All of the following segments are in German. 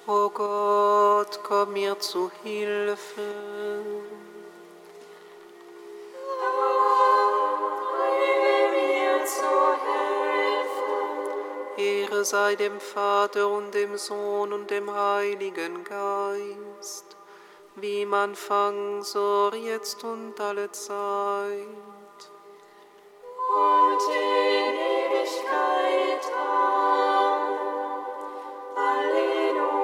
O Gott, komm mir zu Hilfe. Ehre sei dem Vater und dem Sohn und dem Heiligen Geist, wie im Anfang, so jetzt und alle Zeit. Und in Ewigkeit. Amen. Halleluja.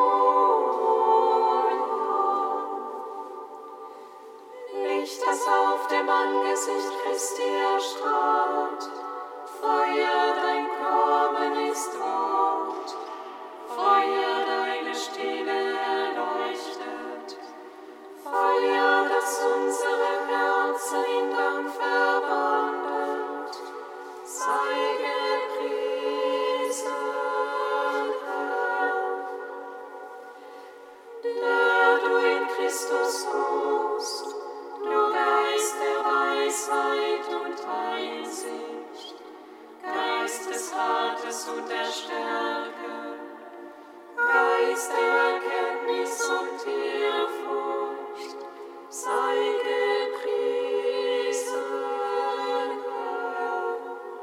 Licht, das auf dem Angesicht Christi erstrahlt, Feuer, dein Kommen ist Wort, Feuer, deine Stille erleuchtet, Feuer, das unsere Herzen in Dank verwandelt, sei gepriesen, Herr, der du in Christus ruhst, du Geist der Weisheit und Einsicht, Geist des Rates und der Stärke, Geist der Erkenntnis und Ehrfurcht, sei gepriesen, Herr.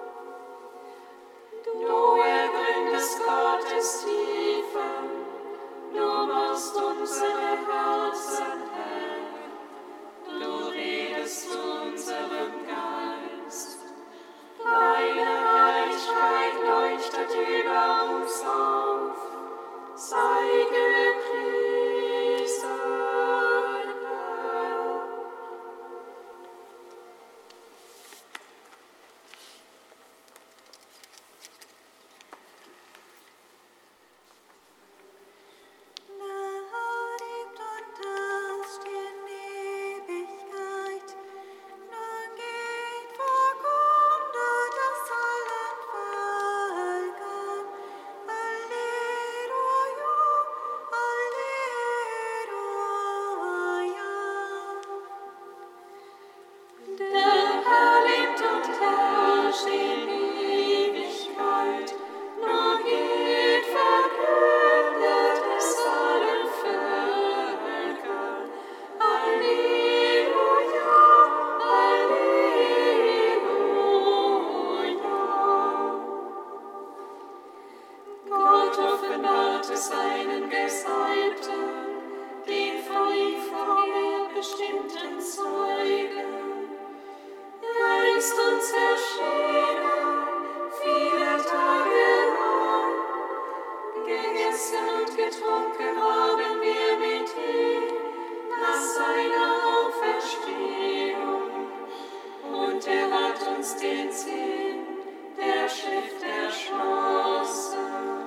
Du ergründest Gottes Tiefen, du machst unsere Herzen hell, du redest zu unserem Geist. Deine Herrlichkeit leuchtet über uns auf, sei gepriesen, Herr. Seinen Gesalbten, den von ihm vorher bestimmten Zeugen. Er ist uns erschienen, viele Tage lang. Gegessen und getrunken haben wir mit ihm nach seiner Auferstehung. Und er hat uns den Sinn der Schrift erschlossen.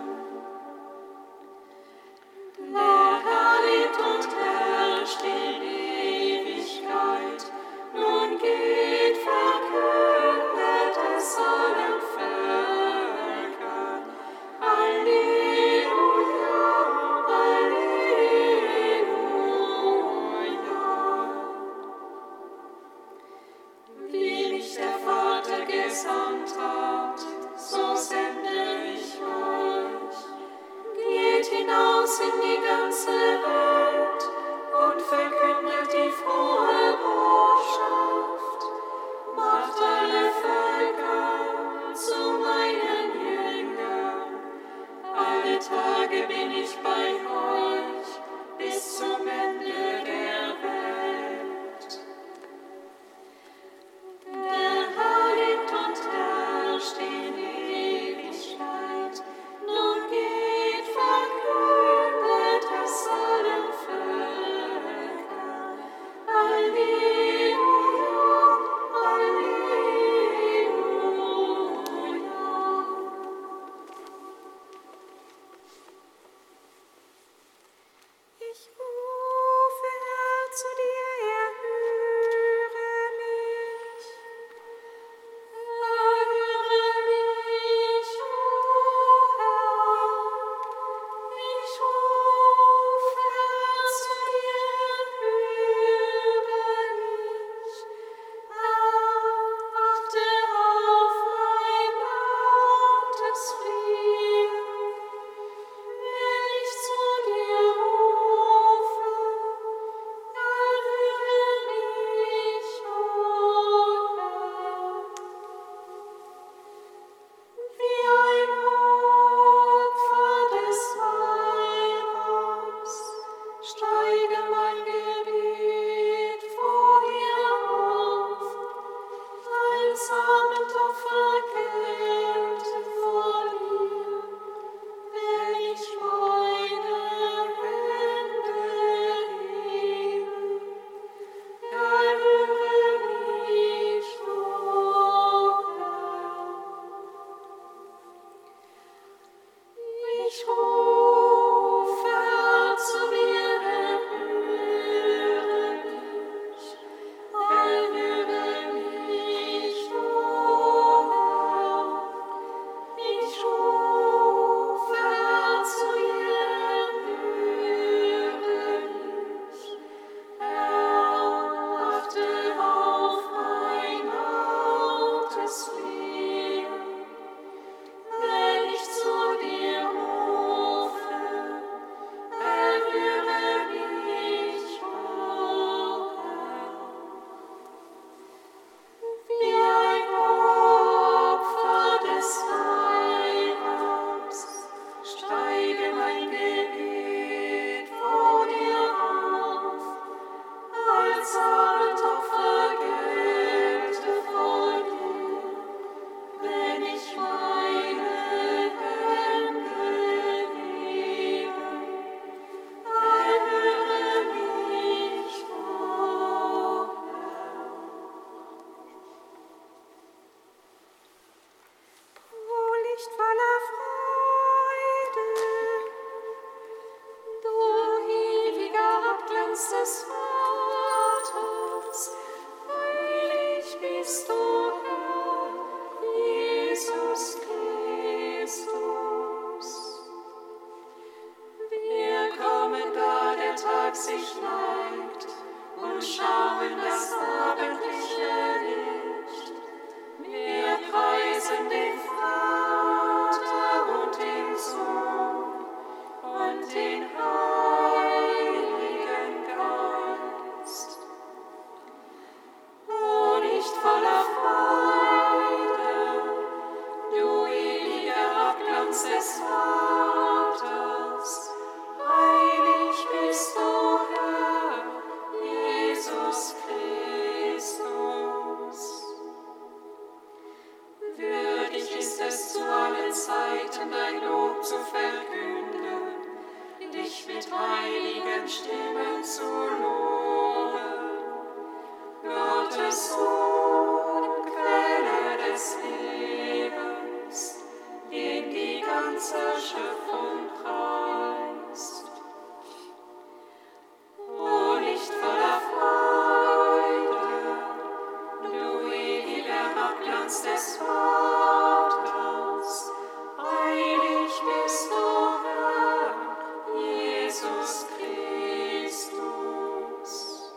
Der Herr lebt und herrscht in Ewigkeit. Nun geht, verkündet es allen Völkern. Halleluja, Halleluja. Wie mich der Vater gesandt hat, so sende ich euch. Geht hinaus in die ganze Welt und verkündet die frohe Botschaft. Macht alle Völker zu meinen Jüngern. Alle Tage bin ich bei euch bis zum Ende der Welt. Der Herr lebt und herrscht in Ewigkeit. Nun geht, verkündet es allen ein Gebet vor dir auf, als Abendopfer gelte vor dir, wenn ich meine Hände hebe. Erhöre mich, o Herr. O lichtvoller Freude, Du ewiger Abglanz des Vaters, heilig bist du, Herr, Jesus Christus. Wir kommen, da der Tag sich neigt, und schauen das abendliche Licht. Wir preisen den Vater und den Sohn und den Heiligen Geist. O lichtvoller Freude, du ewiger Abglanz des Vaters, heilig bist du, Herr, Jesus Christus. Würdig ist es, zu allen Zeiten dein Lob zu verkünden, dich mit heiligen Stimmen zu loben. Gottes Sohn, Quelle des Lebens, den die ganze Schöpfung preist. O lichtvoller Freude, du ewiger Abglanz des Vaters, heilig bist du, Herr, Jesus Christus.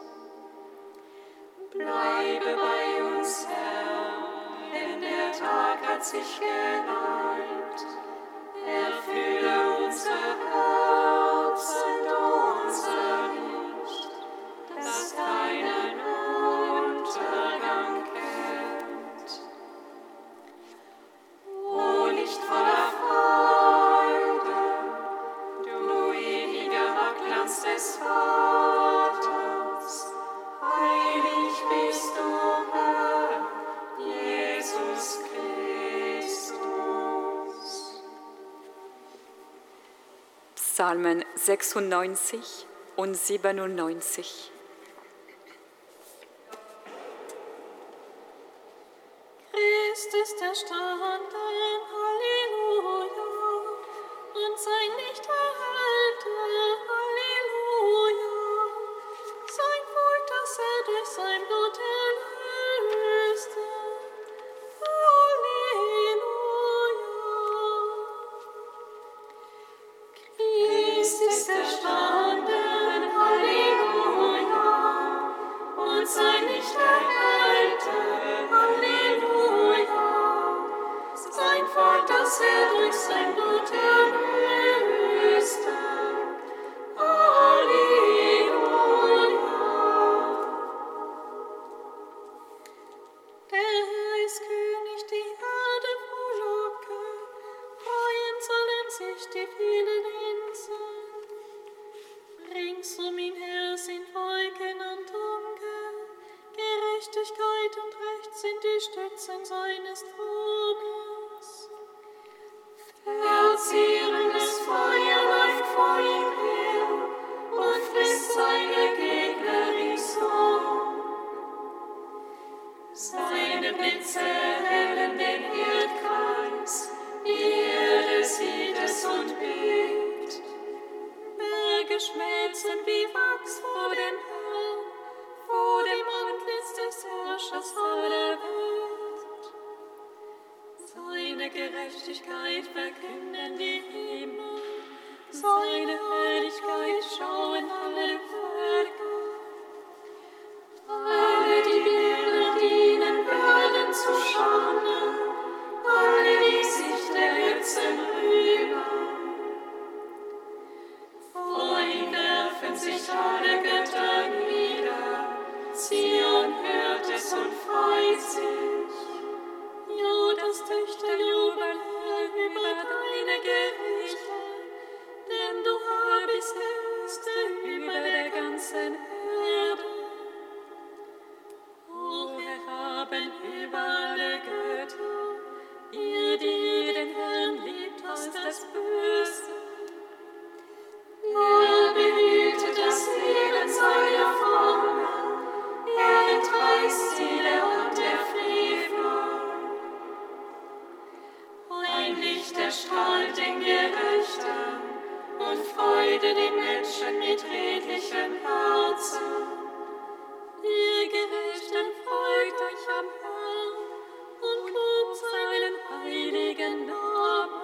Bleibe bei uns, Herr, denn der Tag hat sich geneigt. Erfülle unsere Herzen, du unser Licht, das keinen Untergang kennt. O lichtvoller Freude, du ewiger Abglanz des Vaters, heilig bist du, Herr, Jesus Christus. Psalmen 96 und 97. Christ ist erstanden, Halleluja, und sein Licht erhellte, Halleluja. Sein Volk, das durch sein Blut erlöste, Halleluja. Christ ist erstanden, Halleluja, und sein Licht erhellte, Halleluja. Sein Volk, das durch sein Blut erlöste, Halleluja. Der Herr ist König, die Erde frohlocke, freuen sollen sich die vielen Inseln. Rings um ihn her sind Wolken und Dunkel, Gerechtigkeit und Recht sind die Stützen seines Thrones. Verzehrendes Feuer läuft vor ihm her und frisst seine Gegner ringsum. Seine Blitze erhellen den Erdkreis, die Erde sieht es und bebt. Berge schmelzen wie Wachs vor dem Herrn, vor dem Antlitz des Herrschers aller Welt. Seine Gerechtigkeit verkünden die Himmel, seine Herrlichkeit schauen alle Völker. Alle, die Bilder dienen, werden zu Schande, alle, die sich der Götzen rühmen. Vor ihm werfen sich alle Götter nieder, Zion hört es und freut sich. Judas Töchter jubeln über deine Gerichte, denn Freude den Menschen mit redlichem Herzen. Ihr Gerechten freut euch am Herrn und lobt seinen heiligen Namen.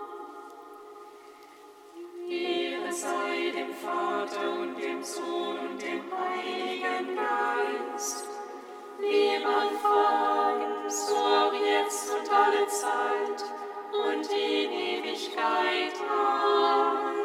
Ehre sei dem Vater und dem Sohn und dem Heiligen Geist, wie am Anfang, so auch jetzt und alle Zeit und in Ewigkeit. Amen.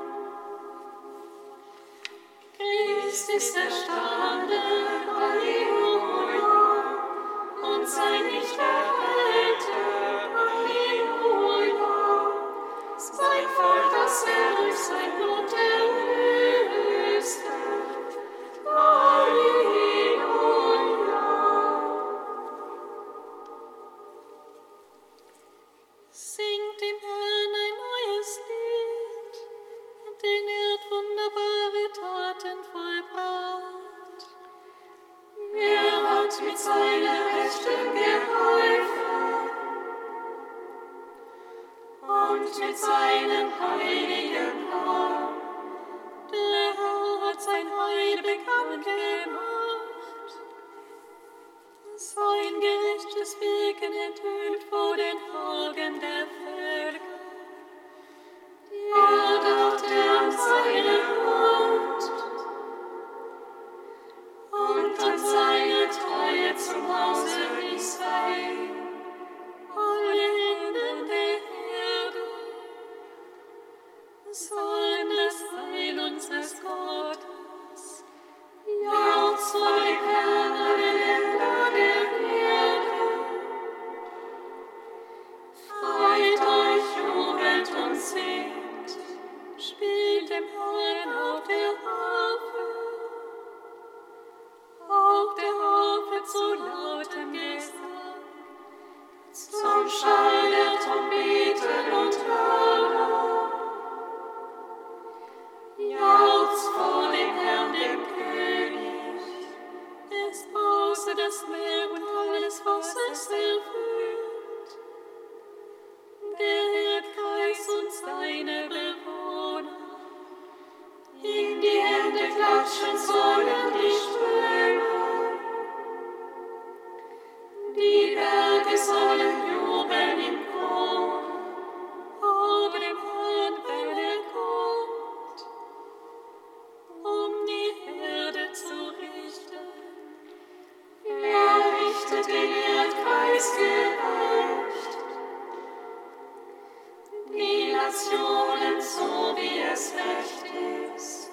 Christ ist erstanden, Halleluja, und sei nicht erhälter, Halleluja. Sein Volk, das er durch sein Blut erlöste, Halleluja. Singt dem Herrn ein neues Lied, denn er hat wunderbare Taten vollbracht. Er hat mit seiner Rechten geholfen und mit seinem heiligen Arm. Der Herr hat sein Heil bekannt gemacht. Sein gerechtes Wirken enthüllt vor den Augen der Völker. Er dachte an seine Huld und an seine Treue zum Hause Israel. Alle Enden der Erde sollen das Heil unseres Gottes. Jauchzt vor dem Herrn alle Länder der Erde. Freut euch, jubelt und singt, spielt dem Herrn auf der Harfe. Auf der Harfe zu lautem Gesang, zum Schall der Trompeten und Hörner. Jauchzt vor dem Herrn, dem König, es brause das Meer und alles, was es erfüllt. Der Erdkreis und seine Bewohner, in die Hände klatschen sollen die Ströme. Die Berge sollen jubeln im Chor, vor dem Herrn, wenn er kommt, um die Erde zu richten. Er richtet den Erdkreis gerecht, die Nationen so, wie es recht ist.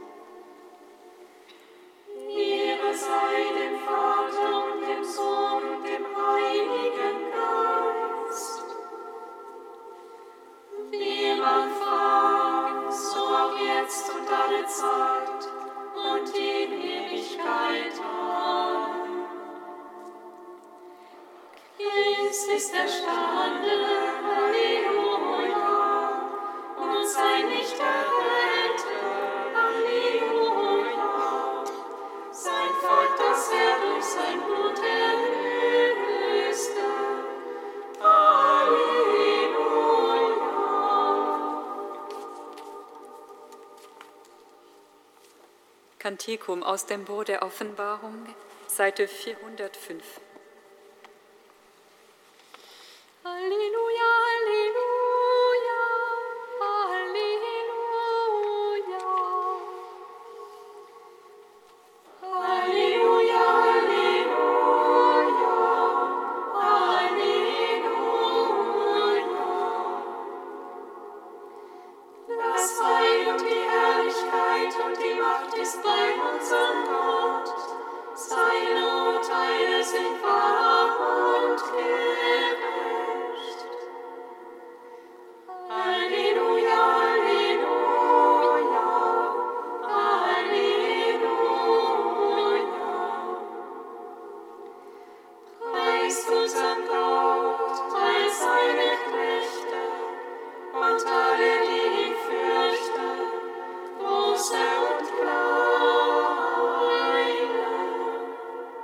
Ehre sei dem Vater und dem Sohn und dem Heiligen Geist, wie im Anfang, so auch jetzt und alle Zeit und in Ewigkeit. Amen. Christ ist erstanden, Halleluja, und sei nicht erhälter, Halleluja. Sein Volk, das er durch sein Blut erlöste, Halleluja. Kantikum aus dem Buch der Offenbarung, Seite 405. Halleluja, Halleluja, Halleluja. Halleluja, Halleluja, Halleluja. Das Heil und die Herrlichkeit und die Macht ist bei unserem Gott. Seine Urteile sind wahr und gerecht. Halleluja, Halleluja, Halleluja. Preist unseren Gott, all seine Knechte und alle, die ihn fürchten, große und kleine.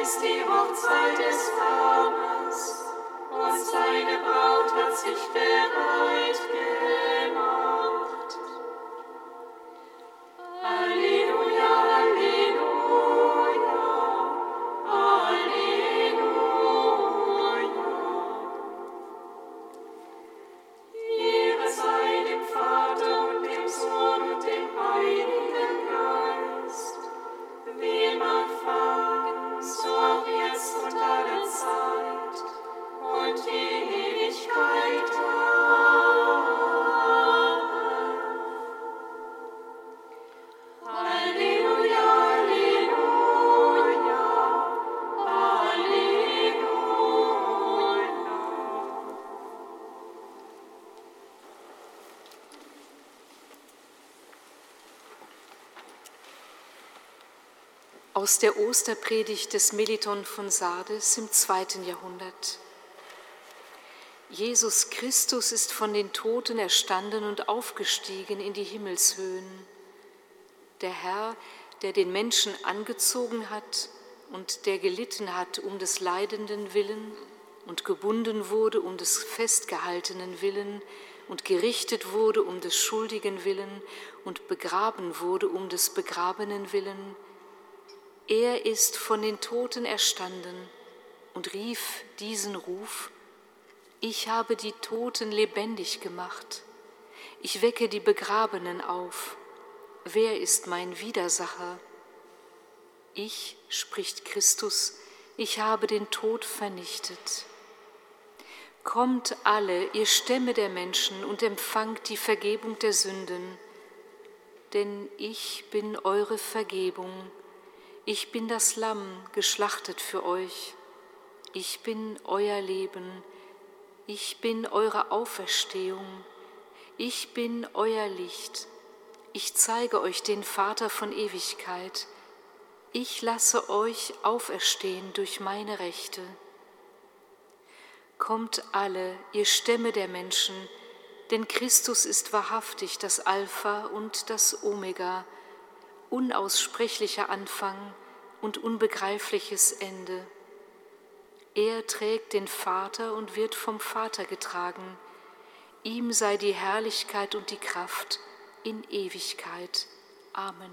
ist die Hochzeit des Lammes, und seine Braut hat sich bereit gemacht. Halleluja, Halleluja, Halleluja. Ehre sei dem Vater und dem Sohn und dem Heiligen Geist, wie im Anfang, so auch jetzt und alle Zeit und in Ewigkeit. Amen. Halleluja, Halleluja, Halleluja. Aus der Osterpredigt des Meliton von Sardes im 2. Jahrhundert. Jesus Christus ist von den Toten erstanden und aufgestiegen in die Himmelshöhen. Der Herr, der den Menschen angezogen hat und der gelitten hat um des Leidenden willen und gebunden wurde um des Festgehaltenen willen und gerichtet wurde um des Schuldigen willen und begraben wurde um des Begrabenen willen, er ist von den Toten erstanden und rief diesen Ruf: Ich habe die Toten lebendig gemacht, ich wecke die Begrabenen auf. Wer ist mein Widersacher? Ich, spricht Christus, ich habe den Tod vernichtet. Kommt alle, ihr Stämme der Menschen, und empfangt die Vergebung der Sünden, denn ich bin eure Vergebung. Ich bin das Lamm, geschlachtet für euch. Ich bin euer Leben. Ich bin eure Auferstehung. Ich bin euer Licht. Ich zeige euch den Vater von Ewigkeit. Ich lasse euch auferstehen durch meine Rechte. Kommt alle, ihr Stämme der Menschen, denn Christus ist wahrhaftig das Alpha und das Omega, unaussprechlicher Anfang und unbegreifliches Ende. Er trägt den Vater und wird vom Vater getragen. Ihm sei die Herrlichkeit und die Kraft in Ewigkeit. Amen.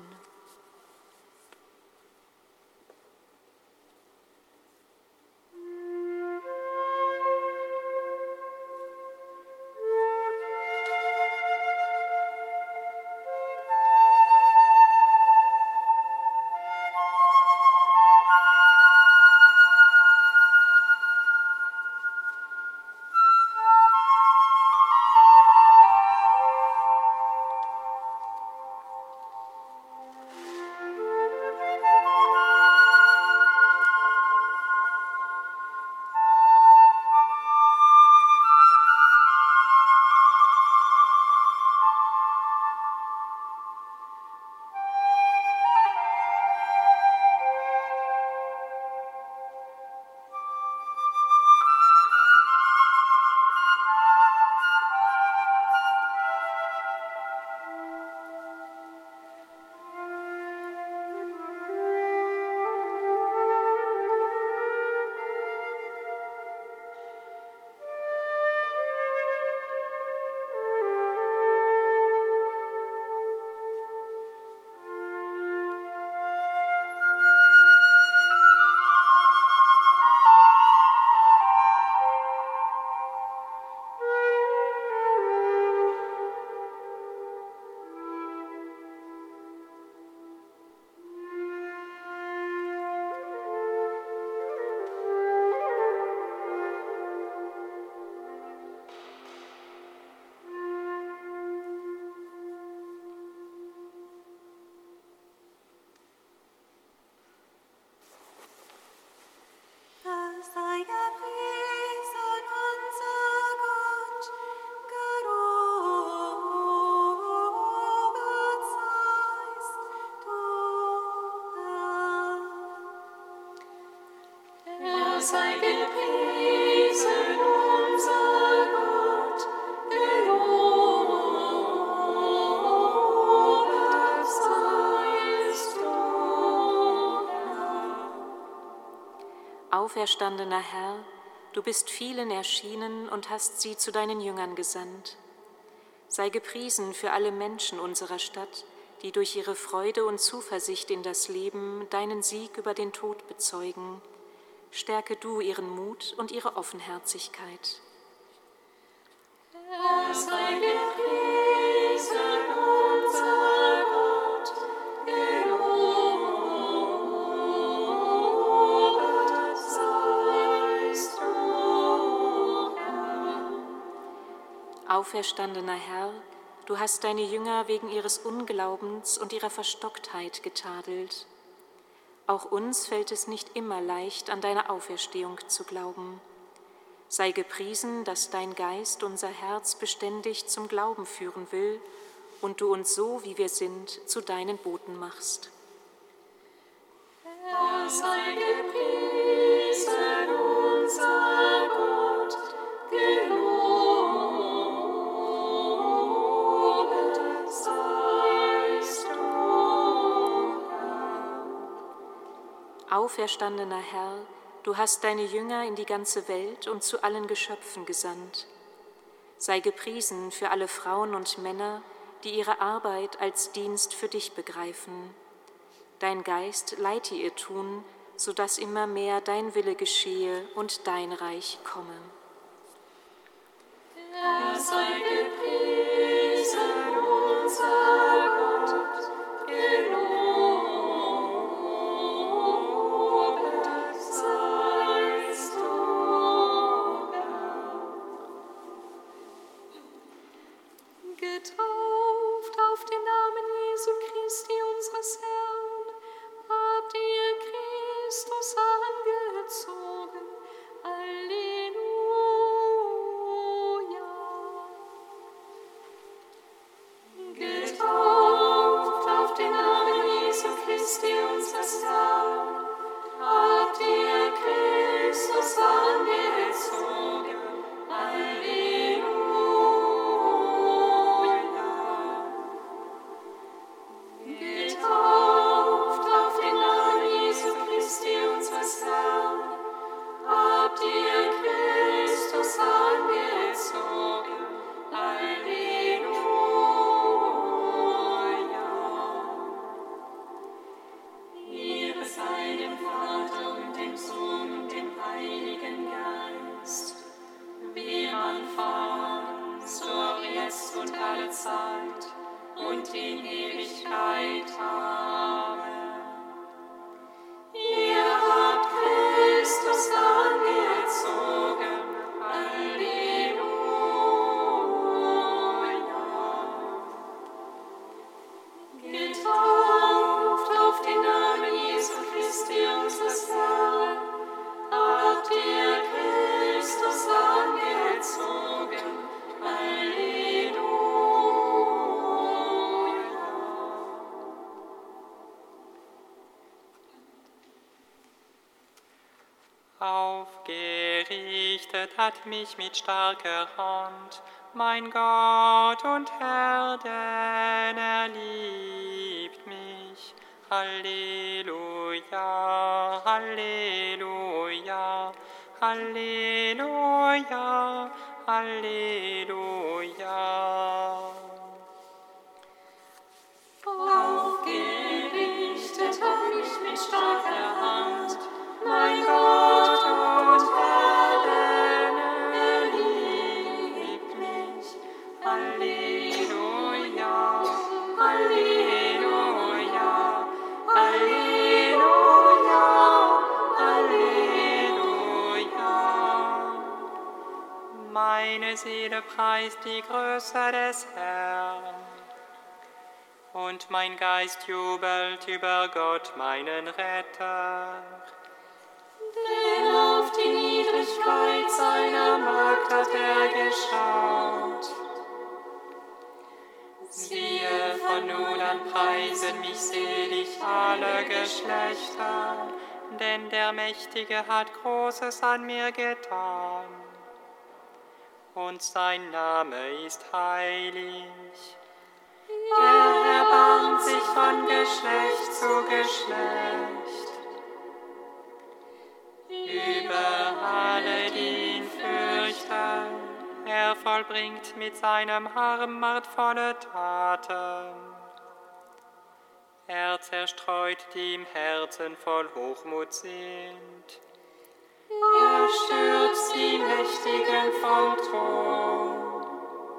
sei gepriesen unser Gott, gelobet seist du, Herr. Auferstandener Herr, du bist vielen erschienen und hast sie zu deinen Jüngern gesandt. Sei gepriesen für alle Menschen unserer Stadt, die durch ihre Freude und Zuversicht in das Leben deinen Sieg über den Tod bezeugen. Stärke du ihren Mut und ihre Offenherzigkeit. Herr, sei gepriesen, unser Gott, gelobet seist du, Herr. Auferstandener Herr, du hast deine Jünger wegen ihres Unglaubens und ihrer Verstocktheit getadelt. Auch uns fällt es nicht immer leicht, an deine Auferstehung zu glauben. Sei gepriesen, dass dein Geist unser Herz beständig zum Glauben führen will und du uns so, wie wir sind, zu deinen Boten machst. Herr, sei gepriesen, unser Gott, gelobet seist du, Herr. Auferstandener Herr, du hast deine Jünger in die ganze Welt und zu allen Geschöpfen gesandt. Sei gepriesen für alle Frauen und Männer, die ihre Arbeit als Dienst für dich begreifen. Dein Geist leite ihr Tun, sodass immer mehr dein Wille geschehe und dein Reich komme. Herr, sei gepriesen, unser Gott, gelobet seist du, Herr. Getauft auf den Namen Jesu Christi, unseres Herrn, habt ihr Christus angezogen. Halleluja. Getauft auf den Namen Jesu Christi, unseres Herrn, habt ihr Christus angezogen. Halleluja. Getauft auf den Namen Jesu Christi, unseres Herrn, habt ihr Christus angezogen. Halleluja. Ehre sei dem Vater und dem Sohn und dem Heiligen Geist, wie am Anfang, so jetzt und alle Zeit und in Ewigkeit. Amen. Ihr habt Christus angezogen. Halleluja. Getauft auf den Namen Jesu Christi, unseres Herrn, habt ihr Christus angezogen. Halleluja. Aufgerichtet hat mich mit starker Hand mein Gott und Herr, denn er liebt mich. Halleluja, Halleluja, Halleluja, Halleluja. Aufgerichtet hat mich mit starker Hand mein Gott und Herr, denn er liebt mich. Halleluja, Halleluja, Halleluja, Halleluja. Meine Seele preist die Größe des Herrn. Und mein Geist jubelt über Gott, meinen Retter. Denn auf die Niedrigkeit seiner Magd hat er geschaut. Siehe, von nun an preisen mich selig alle Geschlechter, denn der Mächtige hat Großes an mir getan. Und sein Name ist heilig. Er erbarmt sich von Geschlecht zu Geschlecht. vollbringt mit seinem Arm machtvolle Taten. Er zerstreut, die im Herzen voll Hochmut sind. Er stürzt die Mächtigen vom Thron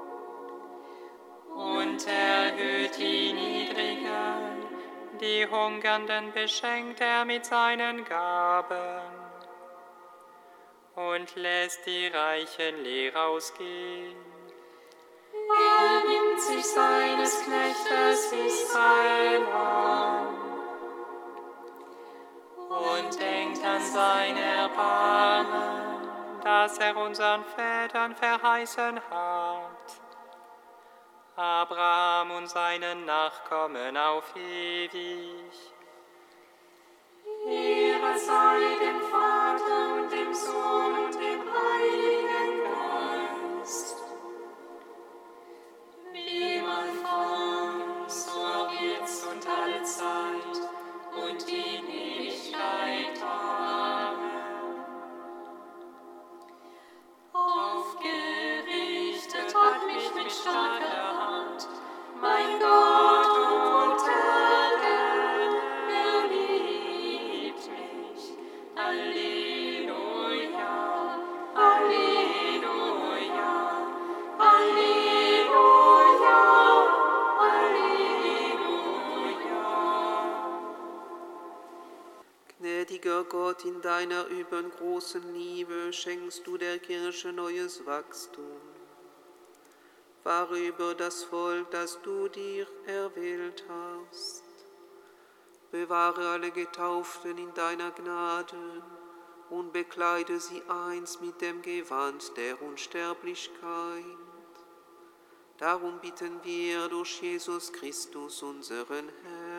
und erhöht die Niedrigen. Die Hungernden beschenkt er mit seinen Gaben und lässt die Reichen leer ausgehen. Er nimmt sich seines Knechtes Israel an und denkt an sein Erbarmen, das er unseren Vätern verheißen hat, Abraham und seinen Nachkommen auf ewig. Ehre sei dem Vater und dem Sohn und dem Heiligen Geist, wie im Anfang, so auch jetzt und alle Zeit und in Ewigkeit. Amen. Aufgerichtet hat mich mit starker Hand, mein Gott und Herr, er liebt mich. Halleluja, Halleluja, Halleluja, Halleluja. Gnädiger Gott, in deiner übergroßen Liebe schenkst du der Kirche neues Wachstum. Wahre über das Volk, das du dir erwählt hast. Bewahre alle Getauften in deiner Gnade und bekleide sie einst mit dem Gewand der Unsterblichkeit. Darum bitten wir durch Jesus Christus, unseren Herrn.